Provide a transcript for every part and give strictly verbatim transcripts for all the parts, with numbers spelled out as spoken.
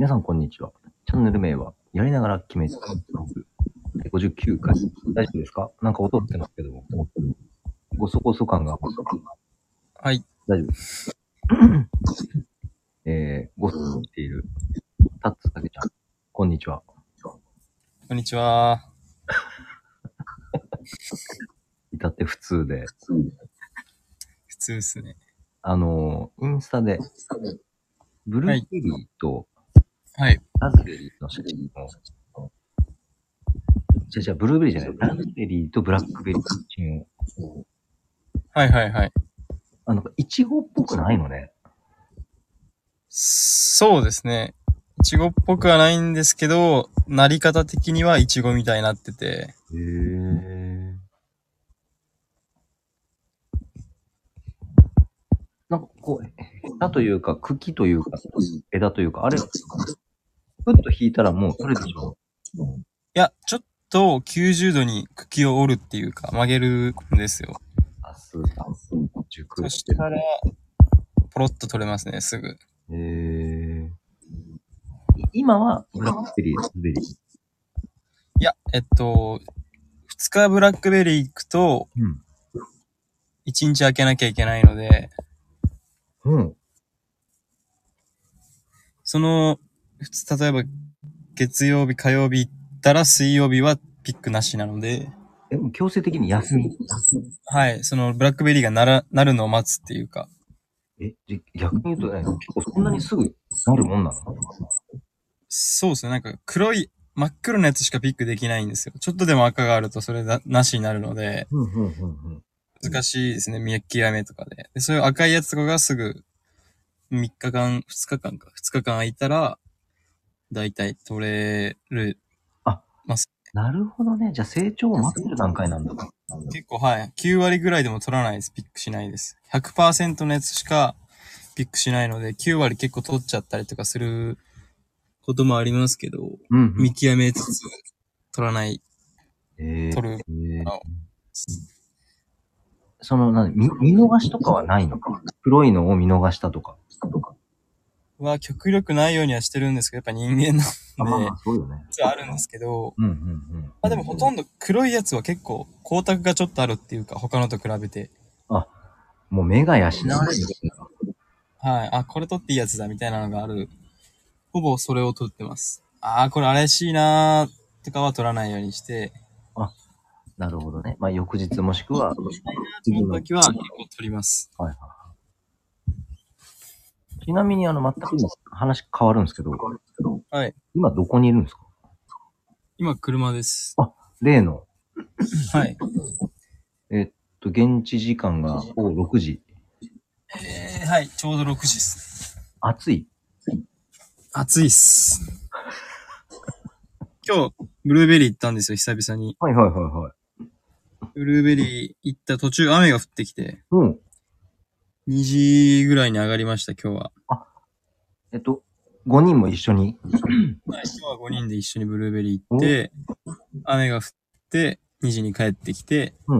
皆さん、こんにちは。チャンネル名は、やりながら決めてごじゅうきゅうかい。大丈夫ですか？なんか音ってますけども。ごそごそ感が。 はい。 大丈夫です。えー、ごそごそしている、タッツタケちゃん。こんにちは。 こんにちは。 至って普通で。 普通ですね。 あのー、インスタで、ブルーベリーと、 はい。 ラズベリーの写真を、じゃじゃブルーベリーじゃない、ラズベリーとブラックベリーの写真を、 はいはいはい。 あの、イチゴっぽくないのね。 そうですね。いちごっぽくはないんですけど、なり方的にはいちごみたいになってて。 へー。なんかこう、枝というか、茎というか、枝というか、あれ、ふっと引いたらもう取れてしまう。 いや、ちょっときゅうじゅうどに茎を折るっていうか、曲げるんですよ。 あ、す、あ、熟そしてる。 したら、ポロッと取れますね、すぐ。 へえ。今は、ブラックベリー、ラズベリー。 いや、えっと、ふつかブラックベリー行くと、 うん。 いちにち空けなきゃいけないので、 うん。 その、普通、例えば、月曜日、火曜日行ったら水曜日はピックなしなので、 え、もう強制的に休み。 はい、そのブラックベリーがなら、なるのを待つっていうか。 え、じ逆に言うとね、結構そんなにすぐなるもんなの？ そうですね、なんか黒い、真っ黒なやつしかピックできないんですよ。ちょっとでも赤があるとそれな、なしになるので、 うん、うん、うん、うん。 難しいですね、見極めとかで。で、そういう赤いやつとかがすぐみっかかん、ふつかかんか、ふつかかん空いたら、だいたい取れる、 あ、 ます。 なるほどね。じゃあ成長を待ってる段階なんだ。 結構、はい。きゅう割ぐらいでも取らないです。ピックしないです。ひゃくパーセントのやつしかピックしないので、きゅう割結構取っちゃったりとかすることもありますけど、 うん、うん。 見極めつつ取らない、 えー、 取る。 えー、その、なに、見、見逃しとかはないの？黒いのを見逃したとか。 は極力ないようにはしてるんですけど、やっぱ人間あ、 なんで、 まあまあ、そうよね。 実はあるんですけど、 うん、うん、 まあでもほとんど黒いやつは結構光沢がちょっとあるっていうか、他のと比べて。 うん。あ、もう目が養われるんだ。 はい。あ、これ取っていいやつだみたいなのがある。ほぼそれを取ってます。あー、これ怪しいなーとかは取らないようにして、 あ、なるほどね。まあ、翌日もしくは、 その次の。 時は結構取ります。 はいはい。ちなみに、あの、全く今話変わるんですけど、 はい。 今どこにいるんですか？ 今車です。 あ、例の、 はい。 えっと、現地時間が午後ろくじ。 えー、はい。ちょうどろくじです。 暑い。 暑いっす。今日、ブルーベリー行ったんですよ、久々に。 はいはいはいはい。 ブルーベリー行った途中雨が降ってきて、 うん。 にじぐらいに上がりました、今日は。 あ、えっと、ごにんも一緒に。 はい、今日はごにんで一緒にブルーベリー行っお、 て、雨が降って、にじに帰ってきて、 うん。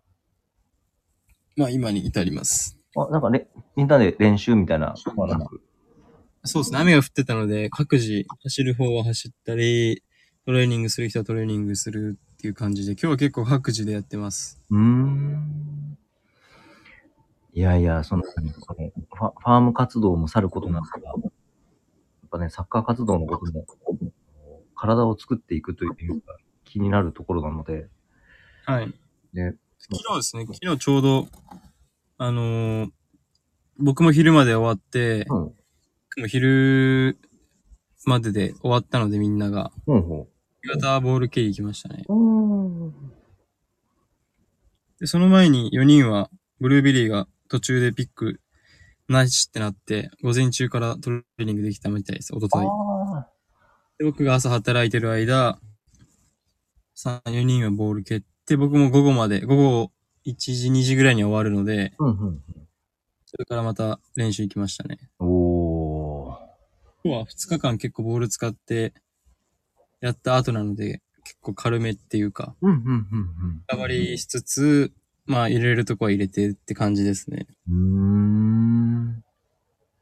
まあ今に至ります。 あ、なんかね、みんなで練習みたいなのはなく。 そうですね、雨が降ってたので、各自走る方は走ったり、トレーニングする人はトレーニングするっていう感じで、今日は結構各自でやってます。 うーん。いやいや、その、そのファ、ファーム活動もさることながら、やっぱね、サッカー活動のことも、体を作っていくというか、気になるところなので、 はい。 で、 昨日ですね、昨日ちょうど、あのー僕も昼まで終わって、 うん、 もう昼までで終わったのでみんなが、 ほうほ夕方ボール蹴り行きましたね。 う。うーん。 で、その前によにんは、ブルーベリーが途中でピックなしってなって、午前中からトレーニングできたみたいです、おととい。 ああ、 で、僕が朝働いてる間、さん、よにんはボール蹴って、僕も午後まで、午後いちじ、にじぐらいには終わるので、 うん、うん。 それからまた練習行きましたね。 おー。 今日はふつかかん結構ボール使ってやった後なので、結構軽めっていうか、 うん、うん、 リカバリーしつつ、まあ入れるとこは入れてって感じですね。 うん、うん。うーん。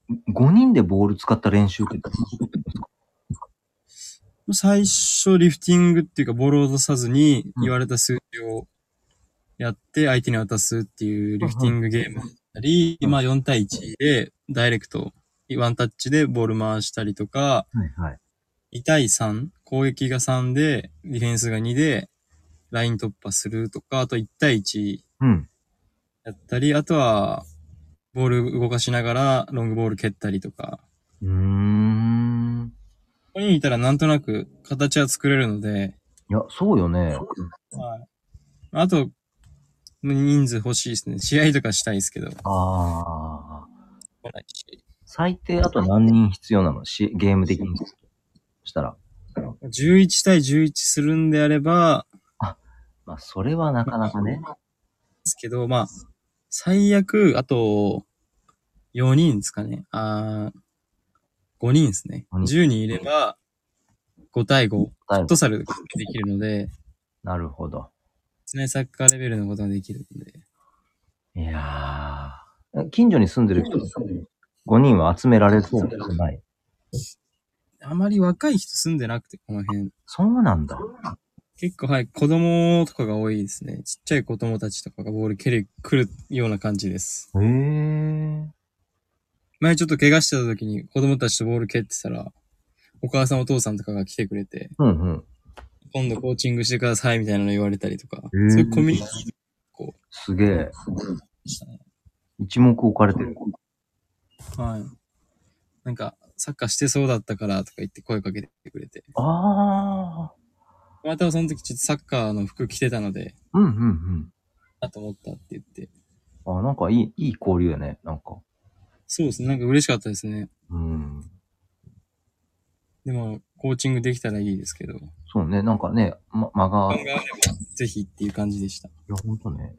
ごにんでボール使った練習ってどういうことですか？ 最初、リフティングっていうか、ボールを落とさずにうん言われた数字をやって相手に渡すっていうリフティングゲームだったり、 うんまあよん対いちでダイレクト、ワンタッチでボール回したりとか、 はいはい。 に対さん、攻撃がさんで、ディフェンスがにで、ライン突破するとか、あといち対いちうん。 やったり、あとは、ボール動かしながらロングボール蹴ったりとか、 うーん。 ここにいたらなんとなく形は作れるので、 いや、そうよね。 はい。あと、人数欲しいですね。試合とかしたいですけど。 ああ。 来ないし最低あと何人必要なのし、ゲーム的にしたら。 じゅういち対じゅういちするんであれば、 あ、まあ、それはなかなかね。 ですけど、まあ、最悪、あと、よにんですかね。あーごにんですね。 ごにんじゅうにんいれば、ご対ご、フはいットサルできるので、 なるほど。 ね、サッカーレベルのことができるので。 いやー。近所に住んでる人ごにんは集められそうでもない。 あまり若い人住んでなくて、この辺。 そうなんだ。 結構、はい、子供とかが多いですね。ちっちゃい子供たちとかがボール蹴り、来るような感じです。 へえ。 前ちょっと怪我してた時に子供たちとボール蹴ってたら、お母さんお父さんとかが来てくれて、 うんうん。 今度コーチングしてくださいみたいなの言われたりとか、 へーそういうコミュニティこすげえ。 うでしたね。 一目置かれてる。 はい。なんか、サッカーしてそうだったからとか言って声かけてくれて。 ああ。 またその時ちょっとサッカーの服着てたので、 うんうんうん。 あと思ったって言って。 あ、なんかいい、いい交流やね。なんか。 そうですね。なんか嬉しかったですね。 うん。 でも、コーチングできたらいいですけど。 そうね。なんかね、ま、間が。い時間があれば、ぜひっていう感じでした。 や、ほんとね。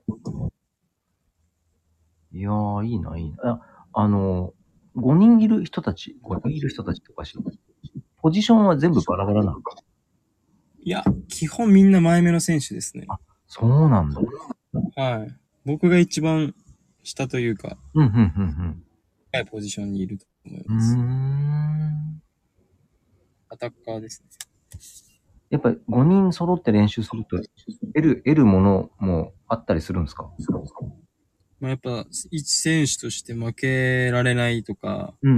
いやー、いいな、いいな。あ、あの、ごにんいる人たち、ごにんいる人たちとかし、ポジションは全部バラバラなのか。 いや、基本みんな前目の選手ですね。 そうなんだ。 はい。僕が一番下というか、 うん、うん、うん、 高いポジションにいると思いうん。うーます。 ん。 アタッカーですね。 やっぱりごにん揃って練習すると、得る、得るものもあったりするんですか？ まあ、やっぱ、一選手として負けられないとか、 うんうん。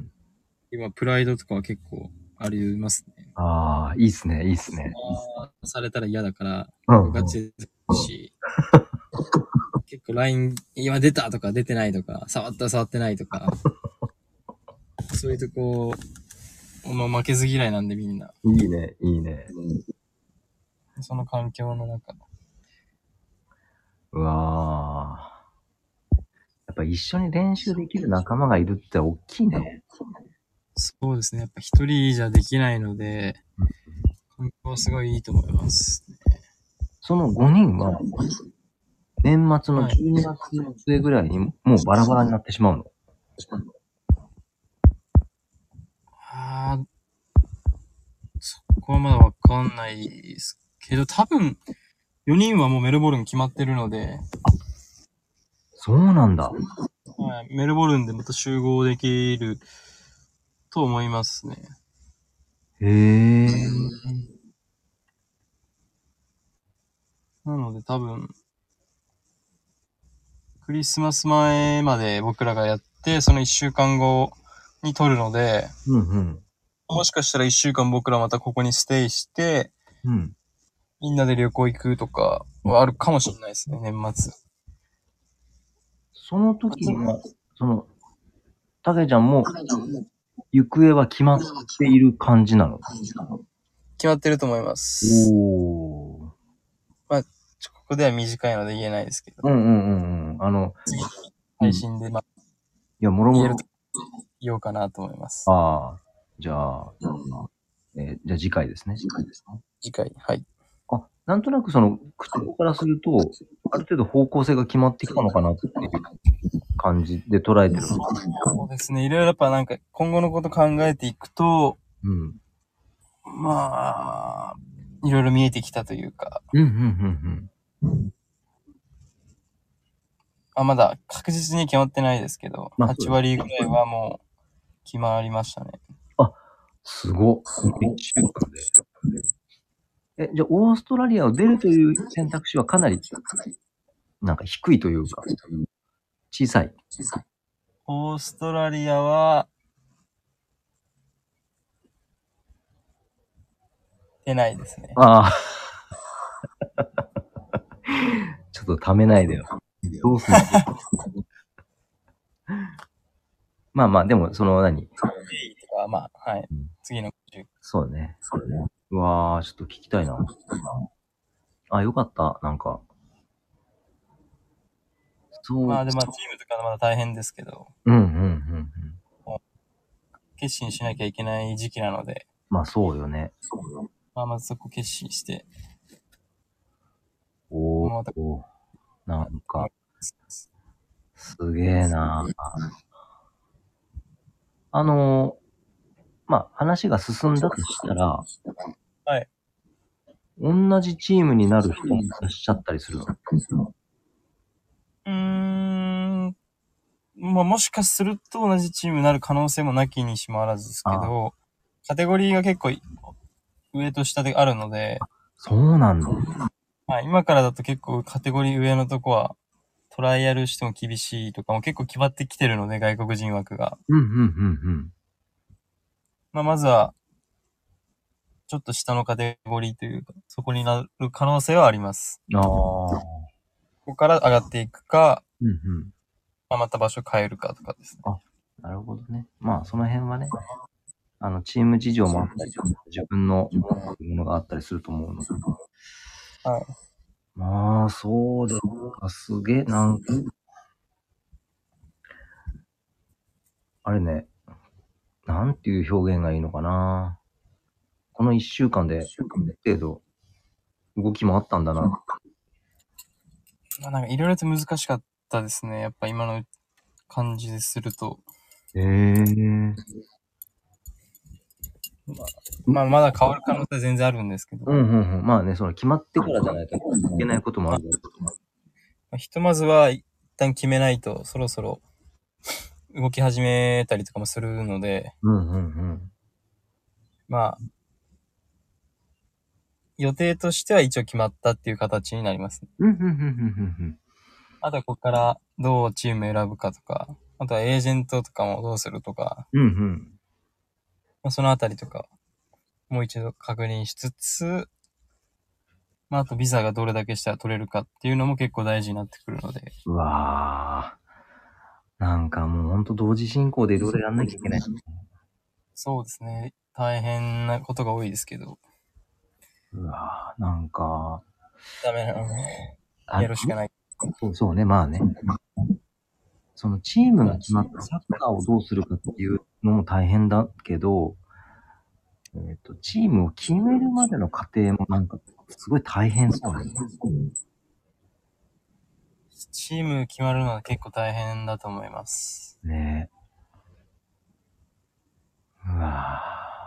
今、プライドとかは結構ありますね。 ああ、いいっすね、いいっすね。 されたら嫌だから、 うん、うん。 ガチでし、結構 ライン、今出たとか出てないとか、触った触ってないとか、そういうとこ、まあ、負けず嫌いなんでみんな。 いいね、いいね。 その環境の中。 うわー。やっぱ一緒に練習できる仲間がいるって大きいね。 そうですね。やっぱ一人じゃできないので、環境はすごいいいと思います。 そのごにんは、年末のじゅうにがつの末ぐらいにもうバラバラになってしまうの。 ああ、そこはまだわかんないですけど、多分、よにんはもうメルボルン決まってるので、 そうなんだ。 はい、メルボルンでまた集合できると思いますね。 へえ。 なので多分、クリスマス前まで僕らがやって、そのいっしゅうかんごに撮るので、 うんうん。 もしかしたらいっしゅうかん僕らまたここにステイして、 うん。 みんなで旅行行くとかはあるかもしれないですね、年末。 その時には、その、たけちゃんも、行方は決まっている感じなの？ 決まってると思います。 おー。 まあ、ちょここでは短いので言えないですけど、 うんうんうんうん。あの、 次の配信でまあいや、もろもろ言えると。言おうかなと思います。 ああ、じゃあ、えーじゃあ次回ですね。次回ですね。 次回、はい。 あ、なんとなくその、口調からすると、ある程度方向性が決まってきたのかなっていう感じで捉えてるの。 そうですね。いろいろやっぱなんか今後のこと考えていくと、 うん。 まあ、いろいろ見えてきたというか、 うん、うん、うん、 まあ、まだ確実に決まってないですけど、 まあはち割ぐらいはもう決まりましたね。 あ、すごっ。いっしゅうかんで。え、じゃあ、オーストラリアを出るという選択肢はかなり、なんか低いというか、小さい。 オーストラリアは、出ないですね。 ああ。ちょっとためないでよ。どうすんのまあまあ、でも、その何、 とか、まあ、はい。 うん、 次のそうね。うわー、ちょっと聞きたいな。あ、よかった。なんか、そう、 まあで、まあチームとかまだ大変ですけど、 うんうんうんうん。 決心しなきゃいけない時期なので、 まあそうよね。 まあまずそこ決心して、 おー、 また、 なんか、すげえな。あのー、まあ話が進んだとしたら、 はい。 同じチームになる人もいらっしゃったりするの？ うーん、まあもしかすると同じチームになる可能性もなきにしもあらずですけあ、 ど、カテゴリーが結構上と下であるので、 そうなんだ。 まあ今からだと結構カテゴリー上のとこはトライアルしても厳しいとかも結構決まってきてるので、外国人枠が。 うんうんうんまあまずは、ちょっと下のカテゴリーというか、そこになる可能性はあります。 うん。ああ。 ここから上がっていくか、 うんうん。 まあ、また場所変えるかとかですね。 あ、なるほどね。まあその辺はね、あの、チーム事情もあったり、自分の思っているものがあったりすると思うので。 はい。 まあ、そうですか。すげえ、なんか、あれね、なんていう表現がいいのかな。この一週間で、程度、動きもあったんだな。 まあなんかいろいろと難しかったですね。やっぱ今の感じですると。 へえ。 まあまだ変わる可能性は全然あるんですけど。 うんうんうん。まあね、その決まってからじゃないといけないこともあるだろうけど。 まあ、ひとまずは一旦決めないと、そろそろ動き始めたりとかもするので、 うんうんうん。 まあ、予定としては一応決まったっていう形になりますね。 うんうんうんうんうんあとはここからどうチーム選ぶかとか、あとはエージェントとかもどうするとか、 うん。うんうん。 まあ、そのあたりとか、もう一度確認しつつ、まあ、あとビザがどれだけしたら取れるかっていうのも結構大事になってくるので。 うわー。なんかもうほんと同時進行でいろいろやんなきゃいけない。 そうですね。大変なことが多いですけど、 うわー、なんか、 ダメなので、 あ、 やるしかない。 そうそうね、まあね。そのチームが決まってサッカーをどうするかっていうのも大変だけど、えっと、チームを決めるまでの過程もなんか、すごい大変そうなんだ。 チーム決まるのは結構大変だと思います。 ねえ。うわ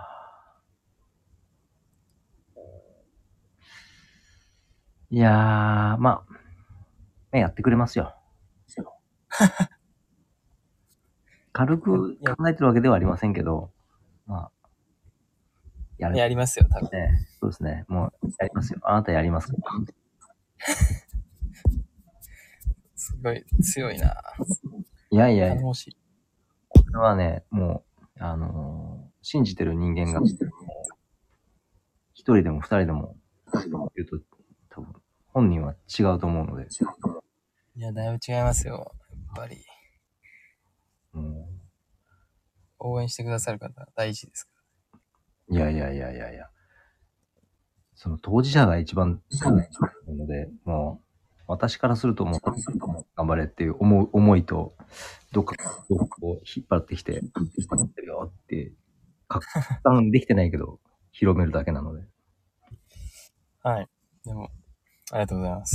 ー。いやー、まあ、ね、やってくれますよ。軽くや、 考えてるわけではありませんけど、まあ、やる。 やりますよ、多分。 ね、そうですね。もう、やりますよ。あなたやりますか？ すごい強いな。 いやいやいや、 頼もしい。 これはね、もう、あのー信じてる人間が、一人でも二人でも、言うと、多分、本人は違うと思うので、 いや、だいぶ違いますよ。やっぱり。 うん、 応援してくださる方、大事ですかいやいやいやいやいや、その当事者が一番なので、もう、私からするともう、頑張れっていう思う、思いと、どっか、どっかこう引っ張ってきて、引っ張ってるよって、拡散できてないけど、広めるだけなので。 ら。はい。でも、ありがとうございます。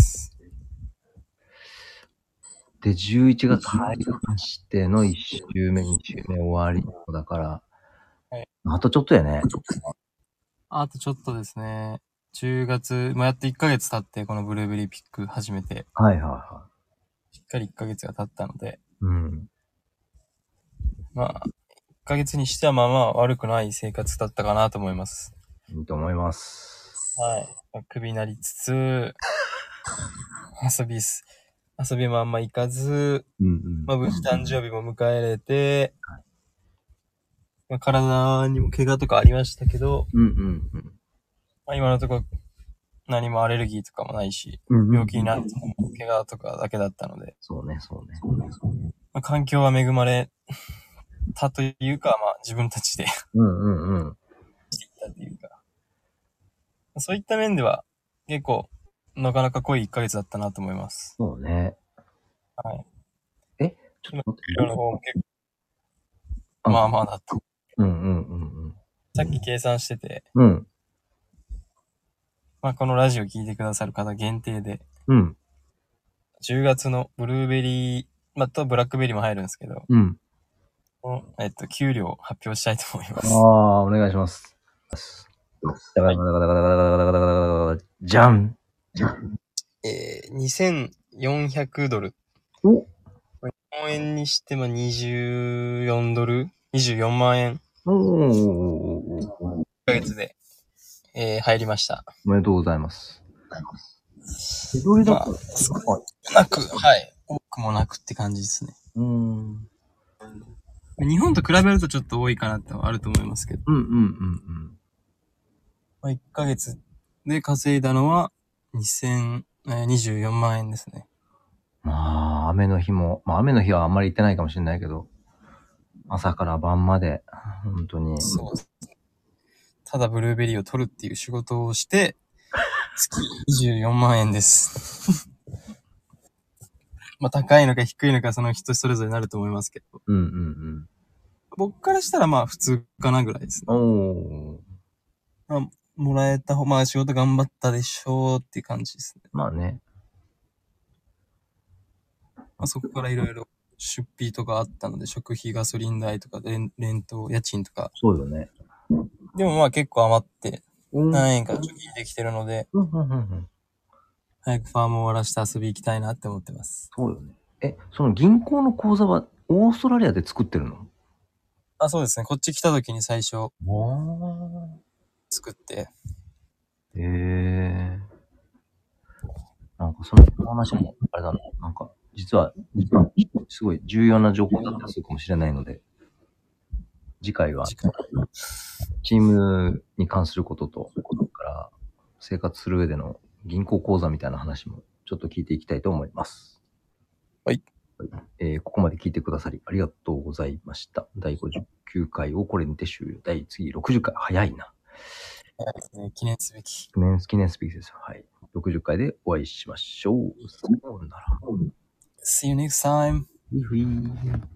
で、じゅういちがつ入りましてのいっ週目、に週目終わりだから、 はい。 あとちょっとやね。 あとちょっとですね。じゅうがつ、まあ、やっていっかげつ経って、このブルーベリーピック始めて、 はいはいはしっかりいっかげつが経ったので、 い。うん。 まあ、 かげつにしてはまあまあ悪くない生活だったかなと思います。 いいと思います。 はい。まあ、首なりつつ、遊びす、遊びもあんま行かず、 うんうん。 まあ無事誕生日も迎えれて、まあ、体にも怪我とかありましたけど、 うんうんうん。 まあ今のところ何もアレルギーとかもないし、 うんうんうん病気になっても怪我とかだけだったので、 そうね、そうね。 まあ、環境は恵まれたというか、まあ自分たちでうんうんうん。 していったっていうか、そういった面では結構なかなか濃いいっかげつだったなと思います。 そうね。 はい。 え、ちょっと待って。 給料の方も結あ構まあまあだと。 うんうんうんうん。 さっき計算してて、 うん。 まあこのラジオ聞いてくださる方限定で、 うん。 じゅうがつのブルーベリー、まあとブラックベリーも入るんですけど、 うん。 えっと、給料を発表したいと思いまあす。 あ、お願いします。だから、だから、だから、だから、だから、だから、だから、じゃん。 えー、にせんよんひゃくドル。 お日本円にしてもにじゅうよんドル ?にじゅうよんまん円。 おーおーおーおーいっかげつで、えー、入りました。 おめでとうございます。手取りだまあ、少なく、はい。多くもなくって感じですね。 うーん。 日本と比べるとちょっと多いかなってあると思いますけど。 うんうんうんまあ、いっかげつで稼いだのはにせんにじゅうよんまん円ですね。 うん。まあ、雨の日も、まあ雨の日はあんまり行ってないかもしれないけど、朝から晩まで、本当に。 そうです。ただブルーベリーを取るっていう仕事をして、月にじゅうよんまん円です。まあ高いのか低いのかその人それぞれになると思いますけど。 うんうん僕からしたらまあ普通かなぐらいですね。 うん。おー。 まあ、もらえた方、まあ仕事頑張ったでしょうっていう感じですね。 まあね。 まあそこからいろいろ出費とかあったので、食費、ガソリン代とか、レンレント、家賃とか。 そうよね。 でもまあ結構余って、 うん。うん何円か貯金できてるので、 うんうんうん。 早くファームを終わらして遊び行きたいなって思ってます。 そうよね。え、その銀行の口座はオーストラリアで作ってるの？ あ、そうですね。こっち来た時に最初ああ。 作って。 へえ。なんかその話も、あれだな。なんか、実は、実は、すごい重要な情報だったりするかもしれないので、次回は、 次回チームに関することと、から生活する上での銀行口座みたいな話もちょっと聞いていきたいと思います。 はい。 はいえーここまで聞いてくださりありがとうございました。だいごじゅうきゅうかいをこれにて終了。第次ろくじゅっかい。早いな。 早いですね。記念すべき。 記念、記念スピークですよ。はい。ろくじゅっかいでお会いしましょう。さようなら。 See you next time. ふいふい